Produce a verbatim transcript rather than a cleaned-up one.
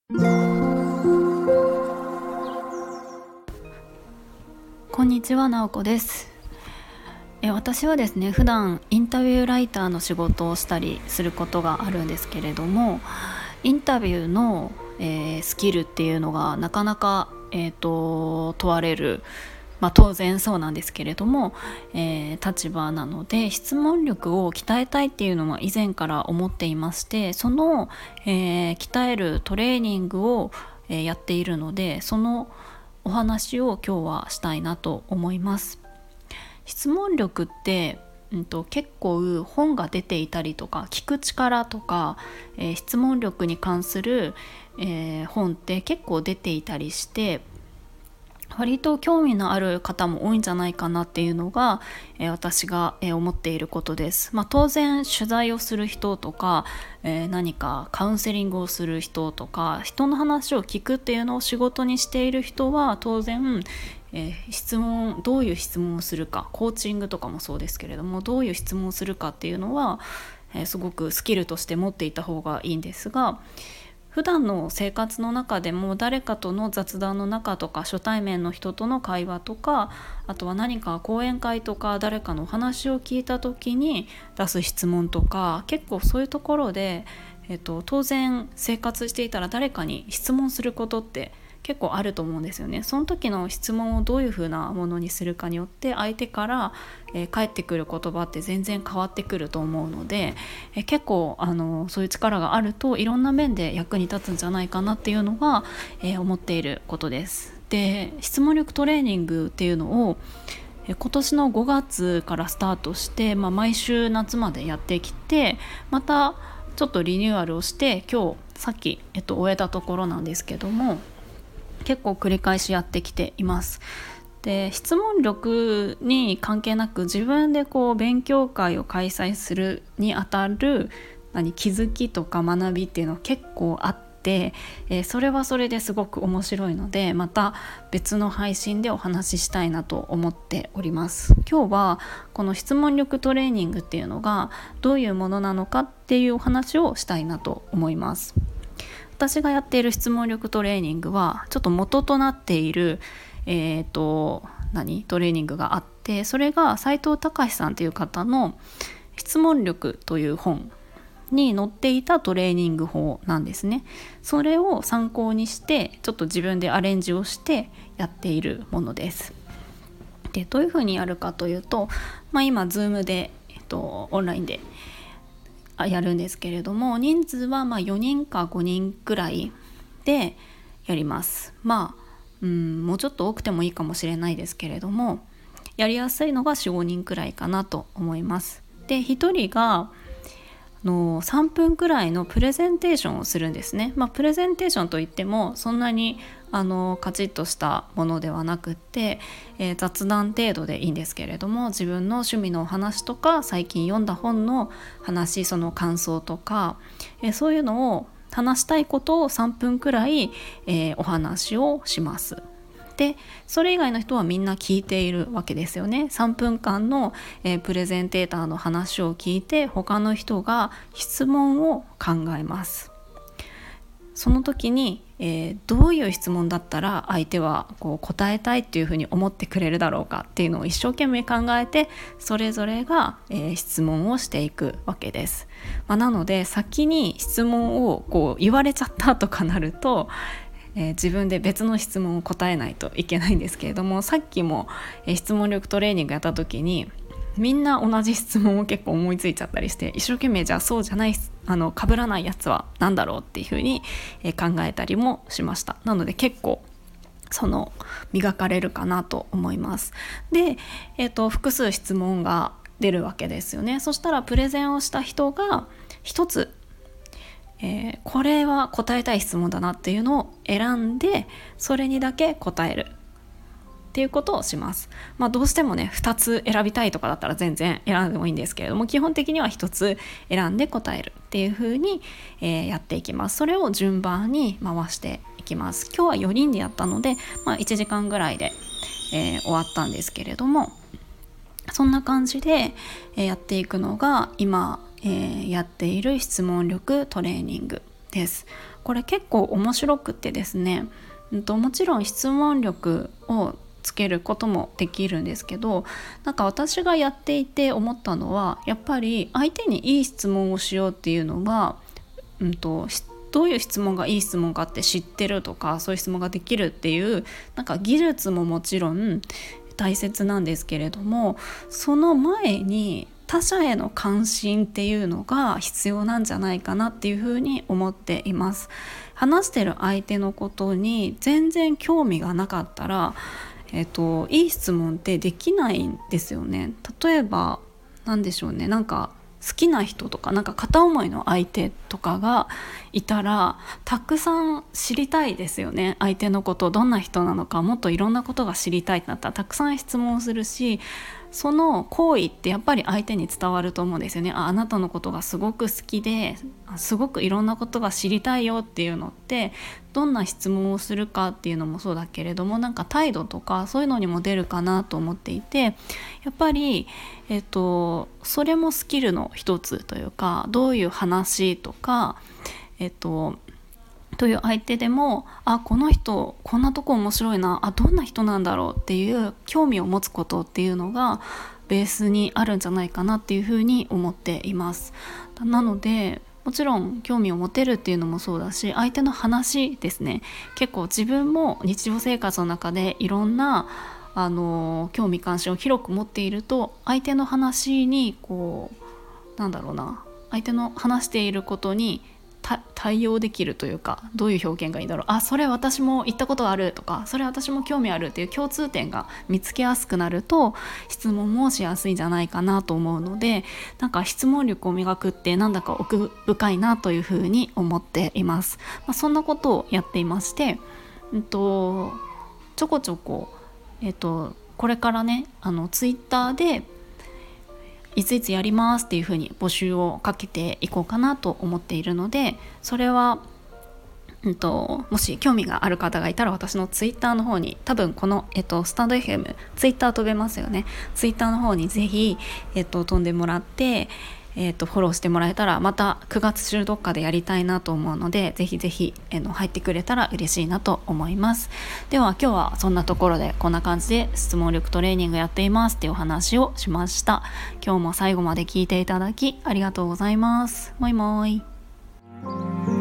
こんにちは、なおこです。え私はですね、普段インタビューライターの仕事をしたりすることがあるんですけれども、インタビューの、えースキルっていうのがなかなか、えーと問われる、まあ、当然そうなんですけれども、えー立場なので、質問力を鍛えたいっていうのは以前から思っていまして、その、えー鍛えるトレーニングを、えーやっているので、そのお話を今日はしたいなと思います。質問力って、うんと、結構本が出ていたりとか、聞く力とか、えー質問力に関する、えー本って結構出ていたりして、割と興味のある方も多いんじゃないかなっていうのが、えー私が、えー思っていることです。まあ、当然取材をする人とか、えー何かカウンセリングをする人とか、人の話を聞くっていうのを仕事にしている人は当然、えー質問どういう質問をするか、コーチングとかもそうですけれども、どういう質問をするかっていうのは、えーすごくスキルとして持っていた方がいいんですが、普段の生活の中でも誰かとの雑談の中とか、初対面の人との会話とか、あとは何か講演会とか誰かのお話を聞いた時に出す質問とか、結構そういうところで、えっと、当然生活していたら誰かに質問することって結構あると思うんですよね。その時の質問をどういうふうなものにするかによって、相手から、えー返ってくる言葉って全然変わってくると思うので、えー結構あのそういう力があるといろんな面で役に立つんじゃないかなっていうのが、えー思っていることです。で、質問力トレーニングっていうのをえー今年のごがつからスタートして、まあ、毎週夏までやってきて、またちょっとリニューアルをして今日さっき、えっと、終えたところなんですけども、結構繰り返しやってきています。で、質問力に関係なく自分でこう勉強会を開催するにあたる何気づきとか学びっていうのは結構あって、えーそれはそれですごく面白いので、また別の配信でお話ししたいなと思っております。今日はこの質問力トレーニングっていうのがどういうものなのかっていうお話をしたいなと思います。私がやっている質問力トレーニングはちょっと元となっている、えー、と何トレーニングがあって、それが斉藤隆さんという方の質問力という本に載っていたトレーニング法なんですね。それを参考にしてちょっと自分でアレンジをしてやっているものです。で、どういうふうにやるかというと、まあ、今 Zoom で、えっと、オンラインであやるんですけれども、人数はまあよにんかごにんくらいでやります。まあ、うん、もうちょっと多くてもいいかもしれないですけれども、やりやすいのがよん、ごにんくらいかなと思います。で、ひとりがあのさんぷんくらいのプレゼンテーションをするんですね。まあ、プレゼンテーションといってもそんなにあのカチッとしたものではなくって、えー雑談程度でいいんですけれども、自分の趣味のお話とか、最近読んだ本の話、その感想とか、えーそういうのを話したいことをさんぷんくらい、えーお話をします。で、それ以外の人はみんな聞いているわけですよね。さんぷんかんの、えープレゼンテーターの話を聞いて、他の人が質問を考えます。その時に、えーどういう質問だったら相手はこう答えたいっていうふうに思ってくれるだろうかっていうのを一生懸命考えて、それぞれが、えー質問をしていくわけです。まあ、なので先に質問をこう言われちゃったとかなると、えー自分で別の質問を答えないといけないんですけれども、さっきも、えー質問力トレーニングやった時にみんな同じ質問を結構思いついちゃったりして、一生懸命じゃあそうじゃないあの被らないやつは何だろうっていうふうに、えー考えたりもしました。なので結構その磨かれるかなと思います。で、えーと、複数質問が出るわけですよね。そしたらプレゼンをした人が一つ、えーこれは答えたい質問だなっていうのを選んで、それにだけ答えるっていうことをします。まあ、どうしてもねふたつ選びたいとかだったら全然選んでもいいんですけれども、基本的にはひとつ選んで答えるっていう風に、えーやっていきます。それを順番に回していきます。今日はよにんでやったので、まあ、いちじかんぐらいで、えー終わったんですけれども、そんな感じで、えーやっていくのが今、えーやっている質問力トレーニングです。これ結構面白くてですね、うんと、もちろん質問力をつけることもできるんですけど、なんか私がやっていて思ったのは、やっぱり相手にいい質問をしようっていうのは、うんと、どういう質問がいい質問かって知ってるとか、そういう質問ができるっていうなんか技術ももちろん大切なんですけれども、その前に他者への関心っていうのが必要なんじゃないかなっていうふうに思っています。話してる相手のことに全然興味がなかったら、えっと、いい質問ってできないんですよね。例えばなんでしょうね、なんか好きな人とか、なんか片思いの相手とかがいたら、たくさん知りたいですよね。相手のこと、どんな人なのか、もっといろんなことが知りたいってなったらたくさん質問するし、その行為ってやっぱり相手に伝わると思うんですよね。あ、あなたのことがすごく好きですごくいろんなことが知りたいよっていうのって、どんな質問をするかっていうのもそうだけれども、なんか態度とかそういうのにも出るかなと思っていて、やっぱり、えっと、それもスキルの一つというか、どういう話とか、えっとという相手でも、あ、この人こんなとこ面白いな、あ、どんな人なんだろうっていう興味を持つことっていうのがベースにあるんじゃないかなっていうふうに思っています。なのでもちろん興味を持てるっていうのもそうだし、相手の話ですね。結構自分も日常生活の中でいろんなあの興味関心を広く持っていると、相手の話にこうなんだろうな相手の話していることに対応できるというか、どういう表現がいいだろう、あ、それ私も言ったことあるとか、それ私も興味あるっていう共通点が見つけやすくなると、質問もしやすいんじゃないかなと思うので、なんか質問力を磨くってなんだか奥深いなというふうに思っています。まあ、そんなことをやっていまして、うんと、ちょこちょこ、えっと、これからね、あのツイッターでいついつやりますっていう風に募集をかけていこうかなと思っているので、それは、うんと、もし興味がある方がいたら、私のツイッターの方に、多分この、えっと、スタンド エフエム ツイッター飛べますよね。ツイッターの方にぜひ、えっと、飛んでもらって、えっと、フォローしてもらえたら、またくがつ中どっかでやりたいなと思うので、ぜひぜひ、えの入ってくれたら嬉しいなと思います。では今日はそんなところで、こんな感じで質問力トレーニングやっていますっていうお話をしました。今日も最後まで聞いていただきありがとうございます。もいもい。